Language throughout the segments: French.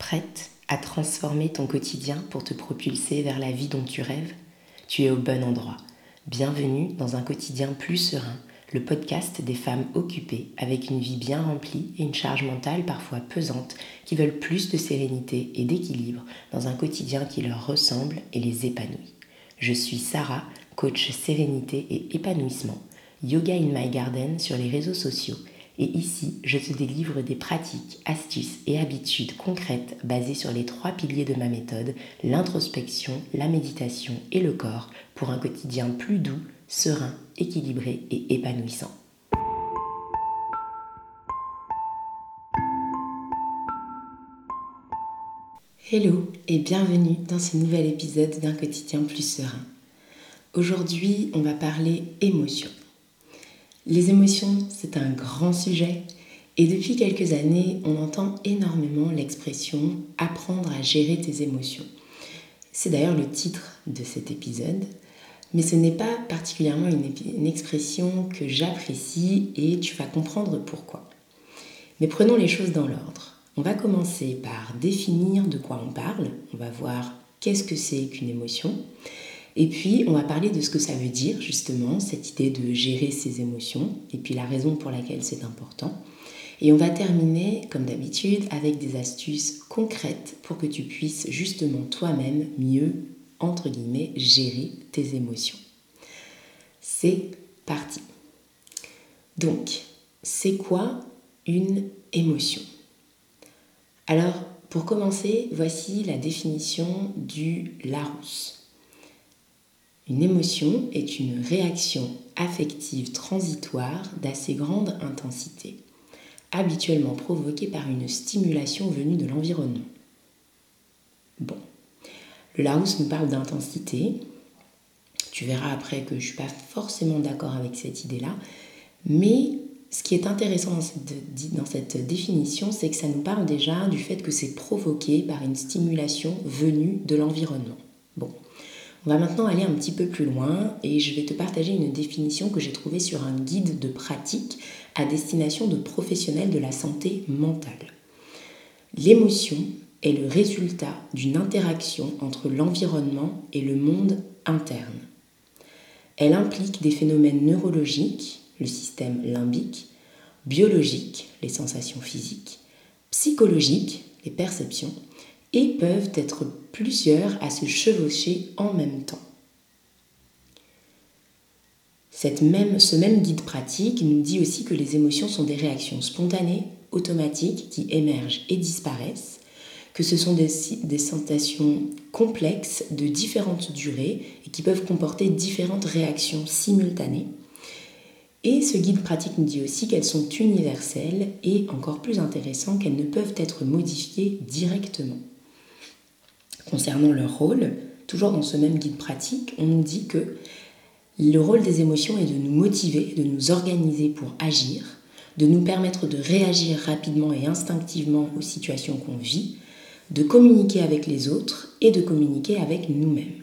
Prête à transformer ton quotidien pour te propulser vers la vie dont tu rêves? Tu es au bon endroit. Bienvenue dans un quotidien plus serein, le podcast des femmes occupées avec une vie bien remplie et une charge mentale parfois pesante qui veulent plus de sérénité et d'équilibre dans un quotidien qui leur ressemble et les épanouit. Je suis Sarah, coach sérénité et épanouissement, Yoga in My Garden sur les réseaux sociaux. Et ici, je te délivre des pratiques, astuces et habitudes concrètes basées sur les 3 piliers de ma méthode, l'introspection, la méditation et le corps, pour un quotidien plus doux, serein, équilibré et épanouissant. Hello et bienvenue dans ce nouvel épisode d'un quotidien plus serein. Aujourd'hui, on va parler émotions. Les émotions, c'est un grand sujet et depuis quelques années, on entend énormément l'expression « apprendre à gérer tes émotions ». C'est d'ailleurs le titre de cet épisode, mais ce n'est pas particulièrement une expression que j'apprécie et tu vas comprendre pourquoi. Mais prenons les choses dans l'ordre. On va commencer par définir de quoi on parle, on va voir qu'est-ce que c'est qu'une émotion. Et puis, on va parler de ce que ça veut dire, justement, cette idée de gérer ses émotions, et puis la raison pour laquelle c'est important. Et on va terminer, comme d'habitude, avec des astuces concrètes pour que tu puisses, justement, toi-même, mieux, entre guillemets, gérer tes émotions. C'est parti. Donc, c'est quoi une émotion? Alors, pour commencer, voici la définition du Larousse. Une émotion est une réaction affective transitoire d'assez grande intensité, habituellement provoquée par une stimulation venue de l'environnement. Bon, le Larousse nous parle d'intensité. Tu verras après que je ne suis pas forcément d'accord avec cette idée-là, mais ce qui est intéressant dans cette définition, c'est que ça nous parle déjà du fait que c'est provoqué par une stimulation venue de l'environnement. Bon. On va maintenant aller un petit peu plus loin et je vais te partager une définition que j'ai trouvée sur un guide de pratique à destination de professionnels de la santé mentale. L'émotion est le résultat d'une interaction entre l'environnement et le monde interne. Elle implique des phénomènes neurologiques, le système limbique, biologiques, les sensations physiques, psychologiques, les perceptions, et peuvent être plusieurs à se chevaucher en même temps. Ce même guide pratique nous dit aussi que les émotions sont des réactions spontanées, automatiques, qui émergent et disparaissent, que ce sont des sensations complexes de différentes durées et qui peuvent comporter différentes réactions simultanées. Et ce guide pratique nous dit aussi qu'elles sont universelles et, encore plus intéressant, qu'elles ne peuvent être modifiées directement. Concernant leur rôle, toujours dans ce même guide pratique, on nous dit que le rôle des émotions est de nous motiver, de nous organiser pour agir, de nous permettre de réagir rapidement et instinctivement aux situations qu'on vit, de communiquer avec les autres et de communiquer avec nous-mêmes.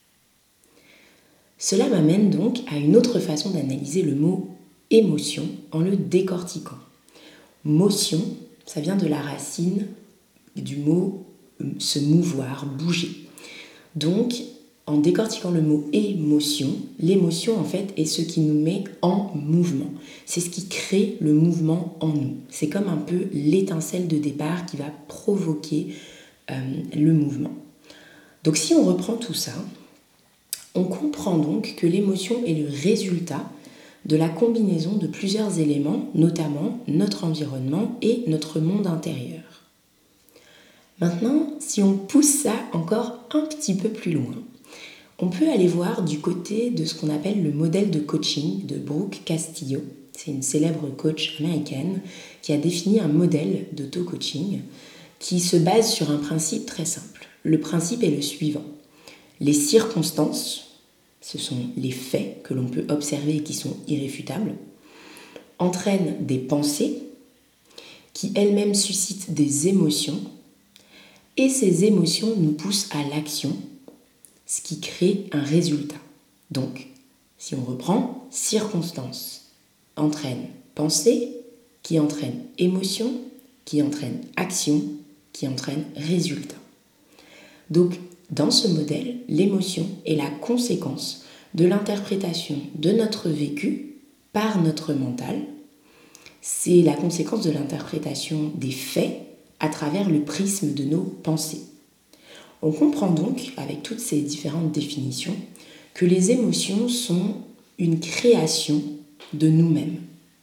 Cela m'amène donc à une autre façon d'analyser le mot émotion en le décortiquant. Motion, ça vient de la racine du mot se mouvoir, bouger. Donc, en décortiquant le mot émotion, l'émotion en fait est ce qui nous met en mouvement. C'est ce qui crée le mouvement en nous. C'est comme un peu l'étincelle de départ qui va provoquer le mouvement. Donc si on reprend tout ça, on comprend donc que l'émotion est le résultat de la combinaison de plusieurs éléments, notamment notre environnement et notre monde intérieur. Maintenant, si on pousse ça encore un petit peu plus loin, on peut aller voir du côté de ce qu'on appelle le modèle de coaching de Brooke Castillo. C'est une célèbre coach américaine qui a défini un modèle d'auto-coaching qui se base sur un principe très simple. Le principe est le suivant. Les circonstances, ce sont les faits que l'on peut observer et qui sont irréfutables, entraînent des pensées qui elles-mêmes suscitent des émotions. Et ces émotions nous poussent à l'action, ce qui crée un résultat. Donc, si on reprend, circonstance entraîne pensée, qui entraîne émotion, qui entraîne action, qui entraîne résultat. Donc, dans ce modèle, l'émotion est la conséquence de l'interprétation de notre vécu par notre mental. C'est la conséquence de l'interprétation des faits à travers le prisme de nos pensées. On comprend donc, avec toutes ces différentes définitions, que les émotions sont une création de nous-mêmes.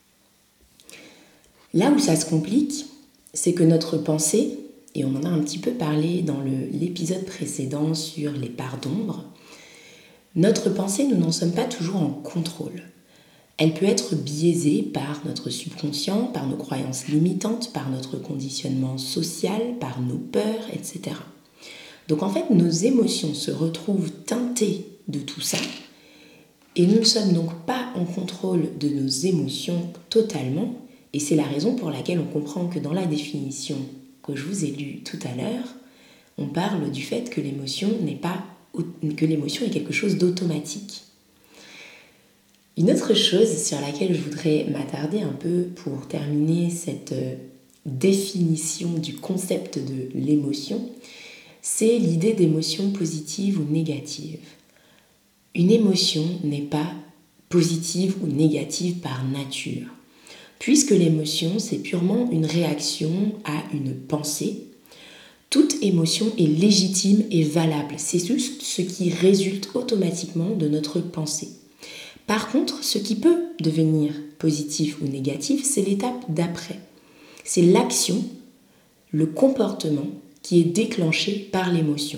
Là où ça se complique, c'est que notre pensée, et on en a un petit peu parlé dans l'épisode précédent sur les parts d'ombre, notre pensée, nous n'en sommes pas toujours en contrôle. Elle peut être biaisée par notre subconscient, par nos croyances limitantes, par notre conditionnement social, par nos peurs, etc. Donc en fait, nos émotions se retrouvent teintées de tout ça, et nous ne sommes donc pas en contrôle de nos émotions totalement, et c'est la raison pour laquelle on comprend que dans la définition que je vous ai lue tout à l'heure, on parle du fait que l'émotion est quelque chose d'automatique. Une autre chose sur laquelle je voudrais m'attarder un peu pour terminer cette définition du concept de l'émotion, c'est l'idée d'émotion positive ou négative. Une émotion n'est pas positive ou négative par nature, puisque l'émotion, c'est purement une réaction à une pensée. Toute émotion est légitime et valable, c'est juste ce qui résulte automatiquement de notre pensée. Par contre, ce qui peut devenir positif ou négatif, c'est l'étape d'après. C'est l'action, le comportement qui est déclenché par l'émotion.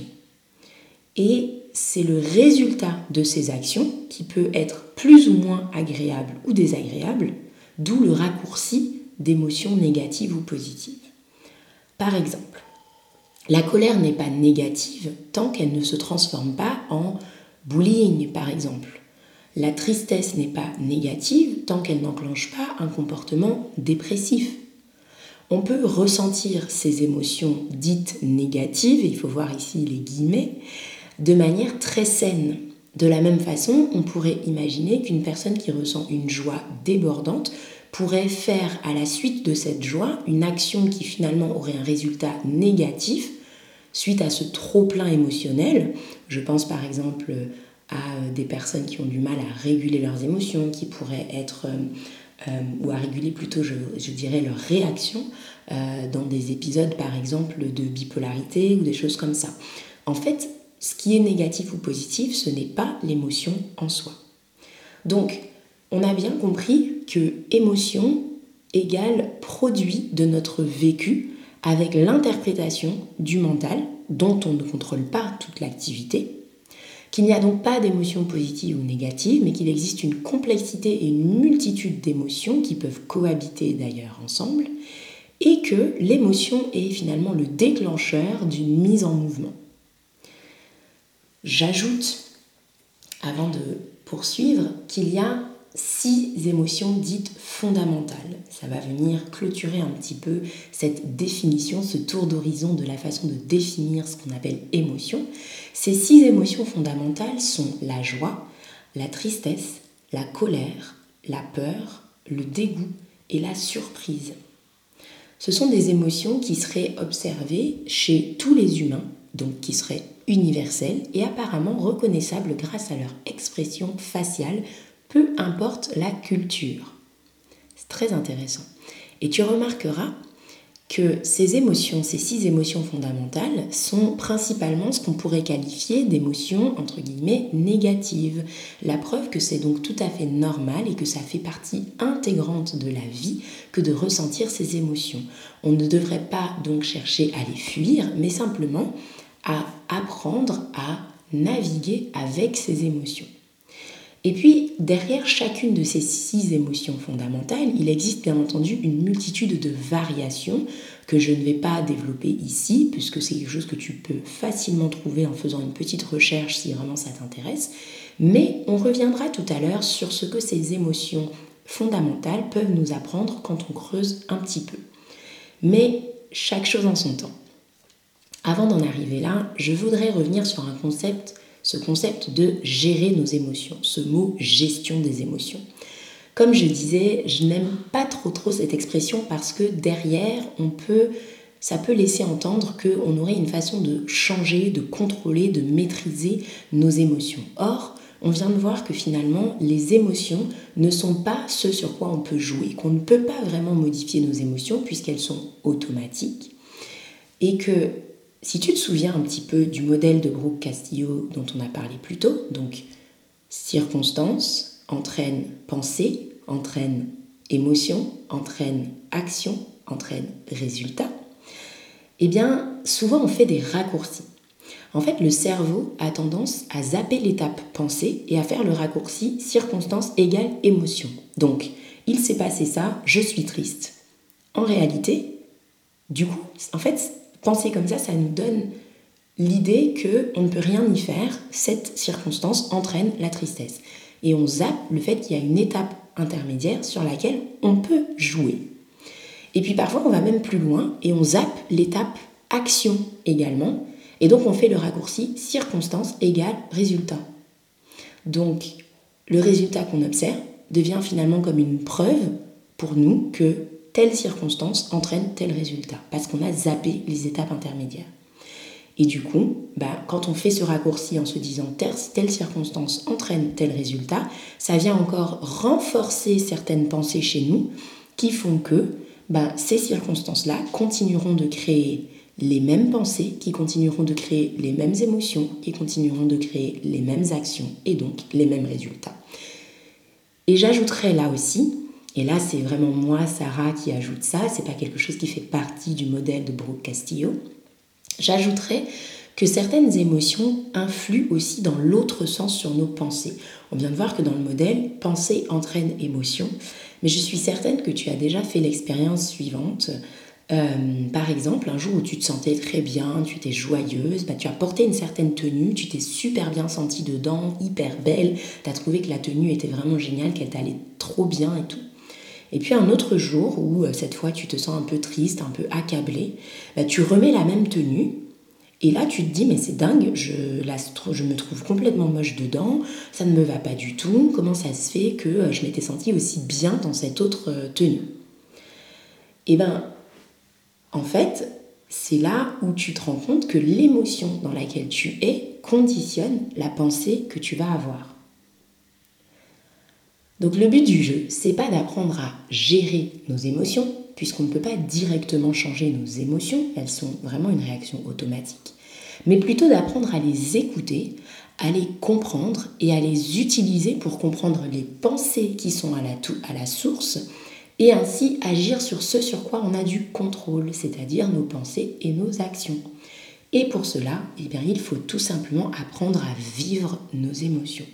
Et c'est le résultat de ces actions qui peut être plus ou moins agréable ou désagréable, d'où le raccourci d'émotions négatives ou positives. Par exemple, la colère n'est pas négative tant qu'elle ne se transforme pas en bullying, par exemple. La tristesse n'est pas négative tant qu'elle n'enclenche pas un comportement dépressif. On peut ressentir ces émotions dites négatives, et il faut voir ici les guillemets, de manière très saine. De la même façon, on pourrait imaginer qu'une personne qui ressent une joie débordante pourrait faire à la suite de cette joie une action qui finalement aurait un résultat négatif suite à ce trop-plein émotionnel. Je pense par exemple à des personnes qui ont du mal à réguler leurs émotions, qui pourraient être, ou à réguler plutôt, je dirais, leurs réactions dans des épisodes par exemple de bipolarité ou des choses comme ça. En fait, ce qui est négatif ou positif, ce n'est pas l'émotion en soi. Donc, on a bien compris que émotion égale produit de notre vécu avec l'interprétation du mental, dont on ne contrôle pas toute l'activité, qu'il n'y a donc pas d'émotions positives ou négatives, mais qu'il existe une complexité et une multitude d'émotions qui peuvent cohabiter d'ailleurs ensemble, et que l'émotion est finalement le déclencheur d'une mise en mouvement. J'ajoute, avant de poursuivre, qu'il y a 6 émotions dites fondamentales. Ça va venir clôturer un petit peu cette définition, ce tour d'horizon de la façon de définir ce qu'on appelle émotion. Ces 6 émotions fondamentales sont la joie, la tristesse, la colère, la peur, le dégoût et la surprise. Ce sont des émotions qui seraient observées chez tous les humains, donc qui seraient universelles et apparemment reconnaissables grâce à leur expression faciale, peu importe la culture. C'est très intéressant. Et tu remarqueras que ces émotions, ces 6 émotions fondamentales, sont principalement ce qu'on pourrait qualifier d'émotions, entre guillemets, négatives. La preuve que c'est donc tout à fait normal et que ça fait partie intégrante de la vie que de ressentir ces émotions. On ne devrait pas donc chercher à les fuir, mais simplement à apprendre à naviguer avec ces émotions. Et puis, derrière chacune de ces 6 émotions fondamentales, il existe bien entendu une multitude de variations que je ne vais pas développer ici, puisque c'est quelque chose que tu peux facilement trouver en faisant une petite recherche si vraiment ça t'intéresse. Mais on reviendra tout à l'heure sur ce que ces émotions fondamentales peuvent nous apprendre quand on creuse un petit peu. Mais chaque chose en son temps. Avant d'en arriver là, je voudrais revenir sur ce concept de gérer nos émotions, ce mot gestion des émotions. Comme je disais, je n'aime pas trop cette expression parce que derrière, on peut ça peut laisser entendre qu'on aurait une façon de changer, de contrôler, de maîtriser nos émotions. Or, on vient de voir que finalement, les émotions ne sont pas ce sur quoi on peut jouer, qu'on ne peut pas vraiment modifier nos émotions puisqu'elles sont automatiques. Et que si tu te souviens un petit peu du modèle de Brooke Castillo dont on a parlé plus tôt, donc circonstance entraîne pensée, entraîne émotion, entraîne action, entraîne résultat, eh bien souvent on fait des raccourcis. En fait, le cerveau a tendance à zapper l'étape pensée et à faire le raccourci circonstance égale émotion. Donc, il s'est passé ça, je suis triste. En réalité, du coup, en fait, penser comme ça nous donne l'idée qu'on ne peut rien y faire, cette circonstance entraîne la tristesse. Et on zappe le fait qu'il y a une étape intermédiaire sur laquelle on peut jouer. Et puis parfois, on va même plus loin et on zappe l'étape action également. Et donc, on fait le raccourci circonstance égale résultat. Donc, le résultat qu'on observe devient finalement comme une preuve pour nous que telle circonstance entraîne tel résultat, parce qu'on a zappé les étapes intermédiaires. Et du coup, quand on fait ce raccourci en se disant telle circonstance entraîne tel résultat, ça vient encore renforcer certaines pensées chez nous qui font que ces circonstances-là continueront de créer les mêmes pensées, qui continueront de créer les mêmes émotions, qui continueront de créer les mêmes actions et donc les mêmes résultats. Et j'ajouterais là aussi, et là c'est vraiment moi, Sarah, qui ajoute ça, c'est pas quelque chose qui fait partie du modèle de Brooke Castillo, j'ajouterais que certaines émotions influent aussi dans l'autre sens sur nos pensées. On vient de voir que dans le modèle, pensée entraîne émotion, mais je suis certaine que tu as déjà fait l'expérience suivante. Par exemple, un jour où tu te sentais très bien, tu étais joyeuse, tu as porté une certaine tenue, tu t'es super bien sentie dedans, hyper belle, tu as trouvé que la tenue était vraiment géniale, qu'elle t'allait trop bien et tout. Et puis un autre jour où cette fois tu te sens un peu triste, un peu accablée, tu remets la même tenue et là tu te dis mais c'est dingue, je me trouve complètement moche dedans, ça ne me va pas du tout, comment ça se fait que je m'étais sentie aussi bien dans cette autre tenue? Et en fait, c'est là où tu te rends compte que l'émotion dans laquelle tu es conditionne la pensée que tu vas avoir. Donc le but du jeu, c'est pas d'apprendre à gérer nos émotions, puisqu'on ne peut pas directement changer nos émotions, elles sont vraiment une réaction automatique, mais plutôt d'apprendre à les écouter, à les comprendre et à les utiliser pour comprendre les pensées qui sont à la source, et ainsi agir sur ce sur quoi on a du contrôle, c'est-à-dire nos pensées et nos actions. Et pour cela, il faut tout simplement apprendre à vivre nos émotions.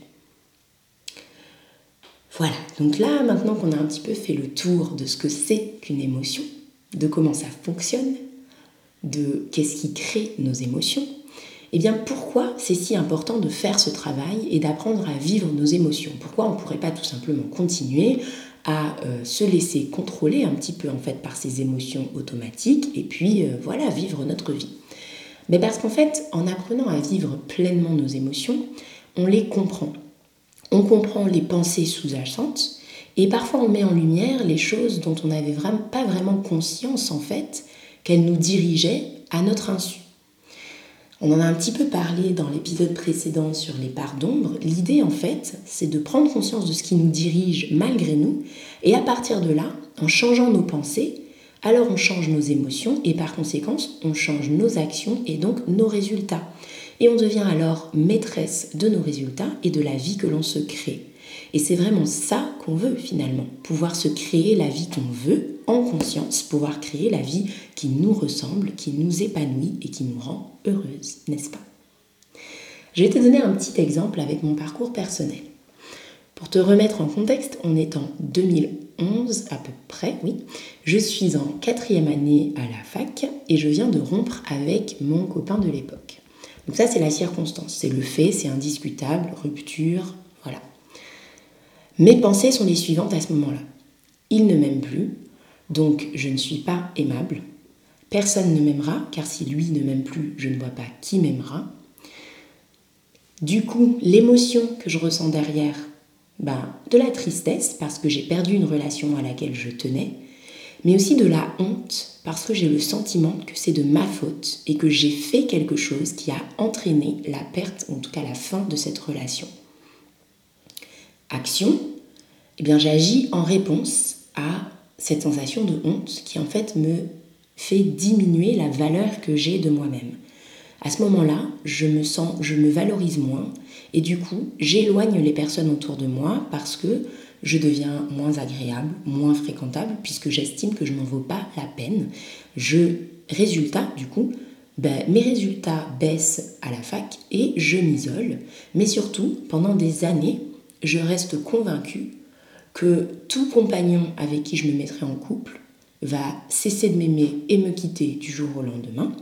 Voilà, donc là, maintenant qu'on a un petit peu fait le tour de ce que c'est qu'une émotion, de comment ça fonctionne, de qu'est-ce qui crée nos émotions, pourquoi c'est si important de faire ce travail et d'apprendre à vivre nos émotions? Pourquoi on ne pourrait pas tout simplement continuer à se laisser contrôler un petit peu en fait par ces émotions automatiques et puis vivre notre vie? Mais parce qu'en fait, en apprenant à vivre pleinement nos émotions, on les comprend. On comprend les pensées sous-jacentes et parfois on met en lumière les choses dont on n'avait pas vraiment conscience en fait qu'elles nous dirigeaient à notre insu. On en a un petit peu parlé dans l'épisode précédent sur les parts d'ombre. L'idée en fait, c'est de prendre conscience de ce qui nous dirige malgré nous et à partir de là, en changeant nos pensées, alors on change nos émotions et par conséquent, on change nos actions et donc nos résultats. Et on devient alors maîtresse de nos résultats et de la vie que l'on se crée. Et c'est vraiment ça qu'on veut finalement, pouvoir se créer la vie qu'on veut en conscience, pouvoir créer la vie qui nous ressemble, qui nous épanouit et qui nous rend heureuse, n'est-ce pas? Je vais te donner un petit exemple avec mon parcours personnel. Pour te remettre en contexte, on est en 2011 à peu près, oui. Je suis en 4e année à la fac et je viens de rompre avec mon copain de l'époque. Donc ça, c'est la circonstance, c'est le fait, c'est indiscutable, rupture, voilà. Mes pensées sont les suivantes à ce moment-là. Il ne m'aime plus, donc je ne suis pas aimable. Personne ne m'aimera, car si lui ne m'aime plus, je ne vois pas qui m'aimera. Du coup, l'émotion que je ressens derrière, de la tristesse, parce que j'ai perdu une relation à laquelle je tenais, mais aussi de la honte parce que j'ai le sentiment que c'est de ma faute et que j'ai fait quelque chose qui a entraîné la perte, ou en tout cas la fin de cette relation. Action, eh bien j'agis en réponse à cette sensation de honte qui en fait me fait diminuer la valeur que j'ai de moi-même. À ce moment-là, je me valorise moins et du coup, j'éloigne les personnes autour de moi parce que je deviens moins agréable, moins fréquentable puisque j'estime que je n'en vaux pas la peine. Résultat, du coup, mes résultats baissent à la fac et je m'isole. Mais surtout, pendant des années, je reste convaincue que tout compagnon avec qui je me mettrai en couple va cesser de m'aimer et me quitter du jour au lendemain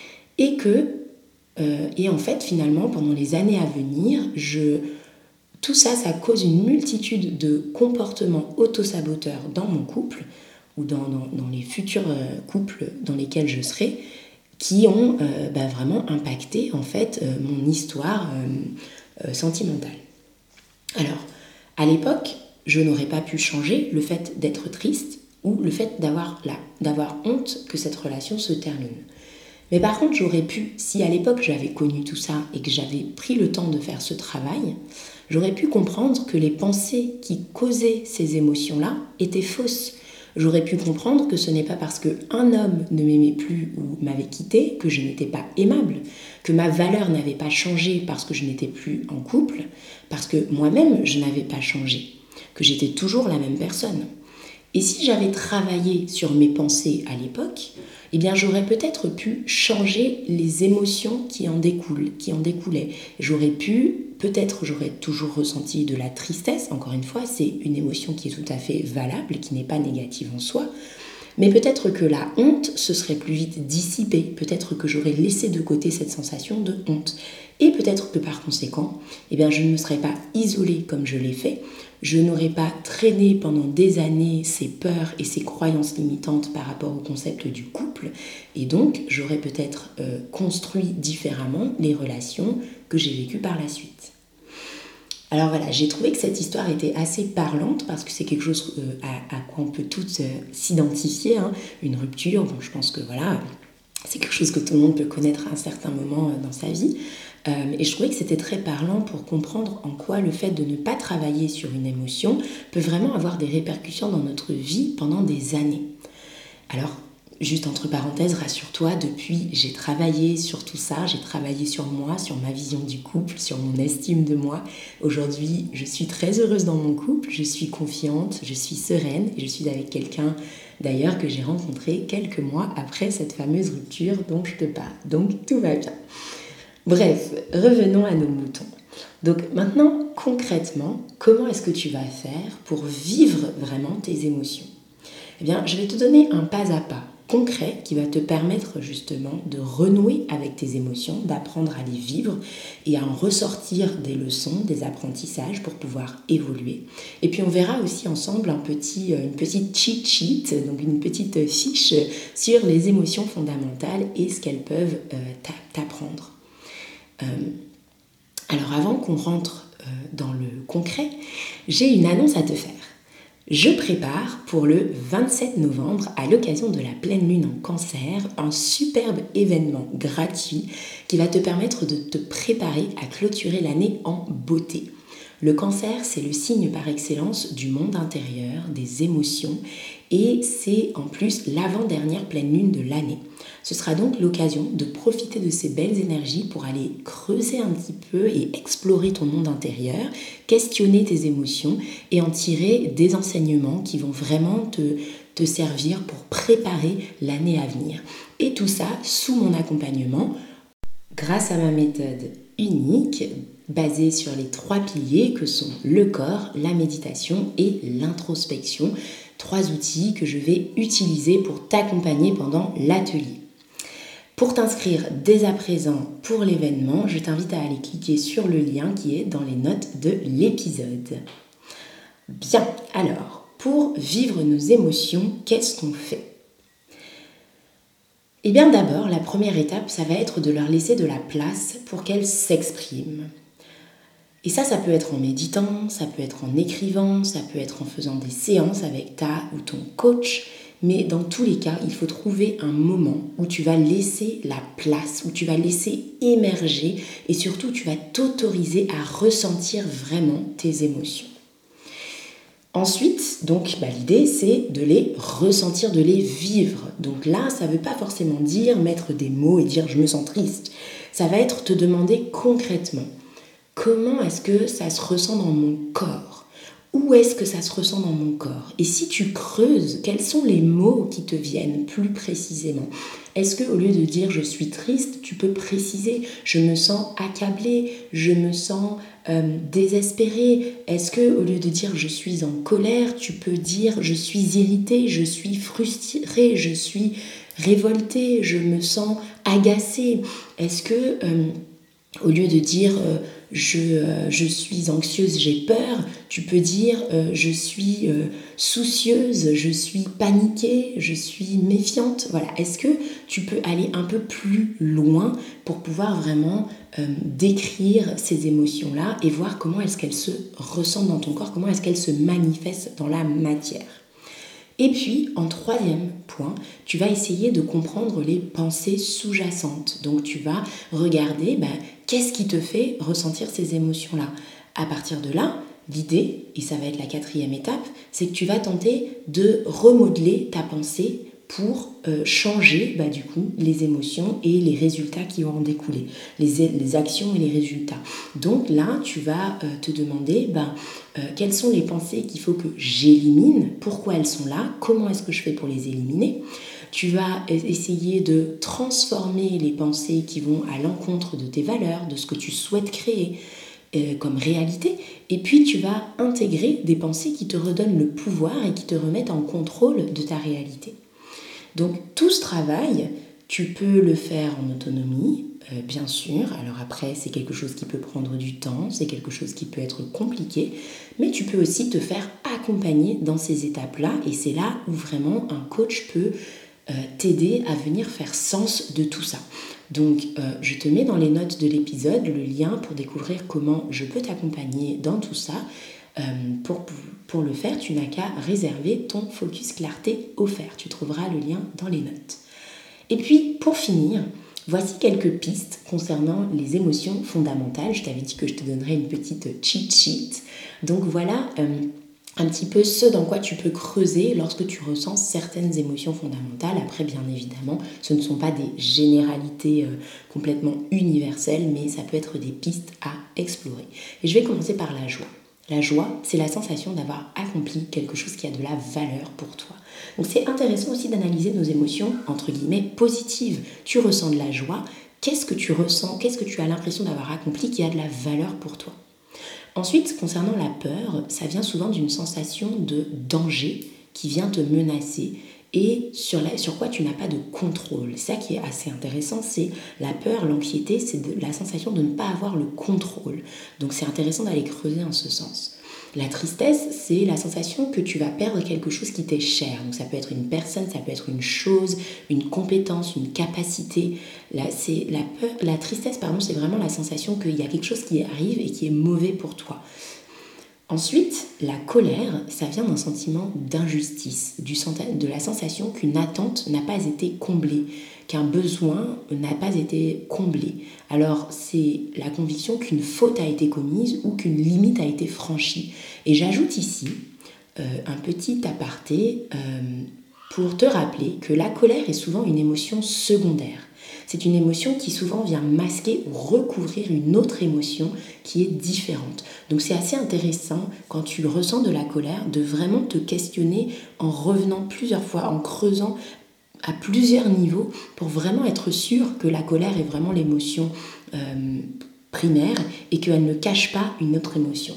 et en fait, finalement, pendant les années à venir, tout ça, ça cause une multitude de comportements autosaboteurs dans mon couple ou dans les futurs couples dans lesquels je serai, qui ont vraiment impacté en fait mon histoire sentimentale. Alors, à l'époque, je n'aurais pas pu changer le fait d'être triste ou le fait d'avoir honte que cette relation se termine. Mais par contre, j'aurais pu, si à l'époque j'avais connu tout ça et que j'avais pris le temps de faire ce travail, j'aurais pu comprendre que les pensées qui causaient ces émotions-là étaient fausses. J'aurais pu comprendre que ce n'est pas parce qu'un homme ne m'aimait plus ou m'avait quitté que je n'étais pas aimable, que ma valeur n'avait pas changé parce que je n'étais plus en couple, parce que moi-même je n'avais pas changé, que j'étais toujours la même personne. Et si j'avais travaillé sur mes pensées à l'époque, eh bien j'aurais peut-être pu changer les émotions qui en découlaient. J'aurais toujours ressenti de la tristesse, encore une fois, c'est une émotion qui est tout à fait valable, qui n'est pas négative en soi, mais peut-être que la honte se serait plus vite dissipée, peut-être que j'aurais laissé de côté cette sensation de honte. Et peut-être que par conséquent, eh bien, je ne me serais pas isolée comme je l'ai fait, je n'aurais pas traîné pendant des années ces peurs et ces croyances limitantes par rapport au concept du couple, et donc j'aurais peut-être construit différemment les relations que j'ai vécues par la suite. Alors voilà, j'ai trouvé que cette histoire était assez parlante parce que c'est quelque chose à quoi on peut toutes s'identifier, hein, une rupture. Bon, je pense que voilà, c'est quelque chose que tout le monde peut connaître à un certain moment dans sa vie. Et je trouvais que c'était très parlant pour comprendre en quoi le fait de ne pas travailler sur une émotion peut vraiment avoir des répercussions dans notre vie pendant des années. Alors, juste entre parenthèses, rassure-toi, depuis j'ai travaillé sur tout ça, j'ai travaillé sur moi, sur ma vision du couple, sur mon estime de moi. Aujourd'hui, je suis très heureuse dans mon couple, je suis confiante, je suis sereine et je suis avec quelqu'un d'ailleurs que j'ai rencontré quelques mois après cette fameuse rupture dont je te parle. Donc tout va bien. Bref, revenons à nos moutons. Donc maintenant, concrètement, comment est-ce que tu vas faire pour vivre vraiment tes émotions ? Eh bien, je vais te donner un pas à pas concret qui va te permettre justement de renouer avec tes émotions, d'apprendre à les vivre et à en ressortir des leçons, des apprentissages pour pouvoir évoluer. Et puis on verra aussi ensemble une petite cheat sheet, donc une petite fiche sur les émotions fondamentales et ce qu'elles peuvent t'apprendre. Alors avant qu'on rentre dans le concret, j'ai une annonce à te faire. Je prépare pour le 27 novembre, à l'occasion de la pleine lune en Cancer, un superbe événement gratuit qui va te permettre de te préparer à clôturer l'année en beauté. Le Cancer, c'est le signe par excellence du monde intérieur, des émotions, et c'est en plus l'avant-dernière pleine lune de l'année. Ce sera donc l'occasion de profiter de ces belles énergies pour aller creuser un petit peu et explorer ton monde intérieur, questionner tes émotions et en tirer des enseignements qui vont vraiment te servir pour préparer l'année à venir. Et tout ça sous mon accompagnement grâce à ma méthode unique basée sur les 3 piliers que sont le corps, la méditation et l'introspection. 3 outils que je vais utiliser pour t'accompagner pendant l'atelier. Pour t'inscrire dès à présent pour l'événement, je t'invite à aller cliquer sur le lien qui est dans les notes de l'épisode. Bien, alors, pour vivre nos émotions, qu'est-ce qu'on fait ? Eh bien d'abord, la première étape, ça va être de leur laisser de la place pour qu'elles s'expriment. Et ça peut être en méditant, ça peut être en écrivant, ça peut être en faisant des séances avec ta ou ton coach. Mais dans tous les cas, il faut trouver un moment où tu vas laisser la place, où tu vas laisser émerger et surtout tu vas t'autoriser à ressentir vraiment tes émotions. Ensuite, donc, l'idée, c'est de les ressentir, de les vivre. Donc là, ça ne veut pas forcément dire mettre des mots et dire « je me sens triste ». Ça va être te demander concrètement comment est-ce que ça se ressent dans mon corps ? Où est-ce que ça se ressent dans mon corps ? Et si tu creuses, quels sont les mots qui te viennent plus précisément ? Est-ce qu'au lieu de dire « je suis triste », tu peux préciser « je me sens accablée »,« je me sens désespérée ». Est-ce qu'au lieu de dire « je suis en colère », tu peux dire « je suis irritée »,« je suis frustrée »,« je suis révoltée »,« je me sens agacée ». Est-ce que au lieu de dire je suis anxieuse, j'ai peur, tu peux dire je suis soucieuse, je suis paniquée, je suis méfiante. Voilà. Est-ce que tu peux aller un peu plus loin pour pouvoir vraiment décrire ces émotions-là et voir comment est-ce qu'elles se ressentent dans ton corps, comment est-ce qu'elles se manifestent dans la matière ? Et puis, en troisième point, tu vas essayer de comprendre les pensées sous-jacentes. Donc, tu vas regarder qu'est-ce qui te fait ressentir ces émotions-là. À partir de là, l'idée, et ça va être la quatrième étape, c'est que tu vas tenter de remodeler ta pensée pour changer du coup les émotions et les résultats qui vont en découler, les actions et les résultats. Donc là, tu vas te demander quelles sont les pensées qu'il faut que j'élimine, pourquoi elles sont là, comment est-ce que je fais pour les éliminer. Tu vas essayer de transformer les pensées qui vont à l'encontre de tes valeurs, de ce que tu souhaites créer comme réalité, et puis tu vas intégrer des pensées qui te redonnent le pouvoir et qui te remettent en contrôle de ta réalité. Donc tout ce travail, tu peux le faire en autonomie, bien sûr. Alors après, c'est quelque chose qui peut prendre du temps, c'est quelque chose qui peut être compliqué, mais tu peux aussi te faire accompagner dans ces étapes-là, et c'est là où vraiment un coach peut t'aider à venir faire sens de tout ça. Donc je te mets dans les notes de l'épisode le lien pour découvrir comment je peux t'accompagner dans tout ça. Pour le faire, tu n'as qu'à réserver ton focus clarté offert. Tu trouveras le lien dans les notes. Et puis, pour finir, voici quelques pistes concernant les émotions fondamentales. Je t'avais dit que je te donnerais une petite cheat sheet. Donc voilà un petit peu ce dans quoi tu peux creuser lorsque tu ressens certaines émotions fondamentales. Après, bien évidemment, ce ne sont pas des généralités complètement universelles, mais ça peut être des pistes à explorer. Et je vais commencer par la joie. La joie, c'est la sensation d'avoir accompli quelque chose qui a de la valeur pour toi. Donc c'est intéressant aussi d'analyser nos émotions, entre guillemets, positives. Tu ressens de la joie, qu'est-ce que tu ressens, qu'est-ce que tu as l'impression d'avoir accompli qui a de la valeur pour toi ? Ensuite, concernant la peur, ça vient souvent d'une sensation de danger qui vient te menacer et sur quoi tu n'as pas de contrôle. C'est ça qui est assez intéressant, c'est la peur, l'anxiété, c'est la sensation de ne pas avoir le contrôle. Donc c'est intéressant d'aller creuser en ce sens. La tristesse, c'est la sensation que tu vas perdre quelque chose qui t'est cher. Donc ça peut être une personne, ça peut être une chose, une compétence, une capacité. La tristesse, c'est vraiment la sensation qu'il y a quelque chose qui arrive et qui est mauvais pour toi. Ensuite, la colère, ça vient d'un sentiment d'injustice, de la sensation qu'une attente n'a pas été comblée, qu'un besoin n'a pas été comblé. Alors, c'est la conviction qu'une faute a été commise ou qu'une limite a été franchie. Et j'ajoute ici un petit aparté pour te rappeler que la colère est souvent une émotion secondaire. C'est une émotion qui souvent vient masquer ou recouvrir une autre émotion qui est différente. Donc c'est assez intéressant quand tu ressens de la colère de vraiment te questionner en revenant plusieurs fois, en creusant à plusieurs niveaux pour vraiment être sûr que la colère est vraiment l'émotion primaire et qu'elle ne cache pas une autre émotion.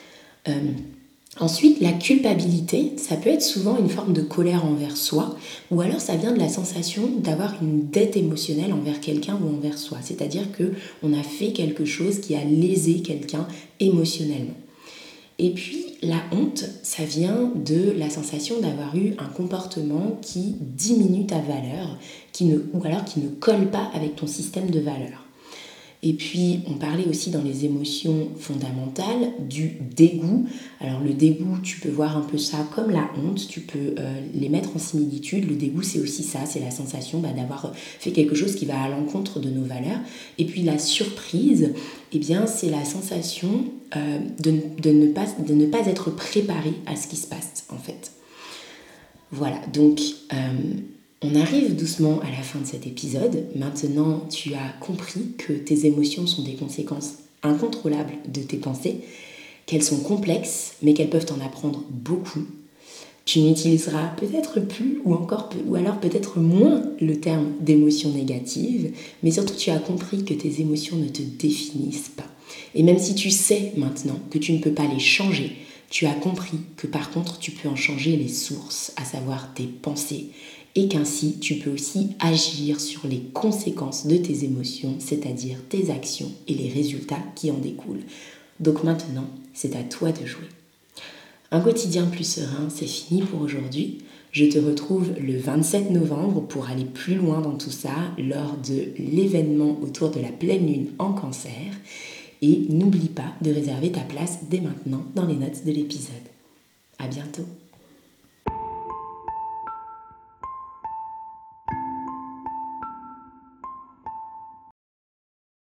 Ensuite, la culpabilité, ça peut être souvent une forme de colère envers soi, ou alors ça vient de la sensation d'avoir une dette émotionnelle envers quelqu'un ou envers soi, c'est-à-dire qu'on a fait quelque chose qui a lésé quelqu'un émotionnellement. Et puis, la honte, ça vient de la sensation d'avoir eu un comportement qui diminue ta valeur, ou alors qui ne colle pas avec ton système de valeurs. Et puis, on parlait aussi dans les émotions fondamentales du dégoût. Alors le dégoût, tu peux voir un peu ça comme la honte, tu peux les mettre en similitude. Le dégoût, c'est aussi ça, c'est la sensation d'avoir fait quelque chose qui va à l'encontre de nos valeurs. Et puis la surprise, eh bien, c'est la sensation de ne pas être préparé à ce qui se passe, en fait. Voilà, donc on arrive doucement à la fin de cet épisode. Maintenant, tu as compris que tes émotions sont des conséquences incontrôlables de tes pensées, qu'elles sont complexes, mais qu'elles peuvent en apprendre beaucoup. Tu n'utiliseras peut-être plus ou alors peut-être moins le terme d'émotions négatives, mais surtout tu as compris que tes émotions ne te définissent pas. Et même si tu sais maintenant que tu ne peux pas les changer, tu as compris que par contre tu peux en changer les sources, à savoir tes pensées, et qu'ainsi tu peux aussi agir sur les conséquences de tes émotions, c'est-à-dire tes actions et les résultats qui en découlent. Donc maintenant, c'est à toi de jouer. Un quotidien plus serein, c'est fini pour aujourd'hui. Je te retrouve le 27 novembre pour aller plus loin dans tout ça lors de l'événement autour de la pleine lune en Cancer. Et n'oublie pas de réserver ta place dès maintenant dans les notes de l'épisode. À bientôt.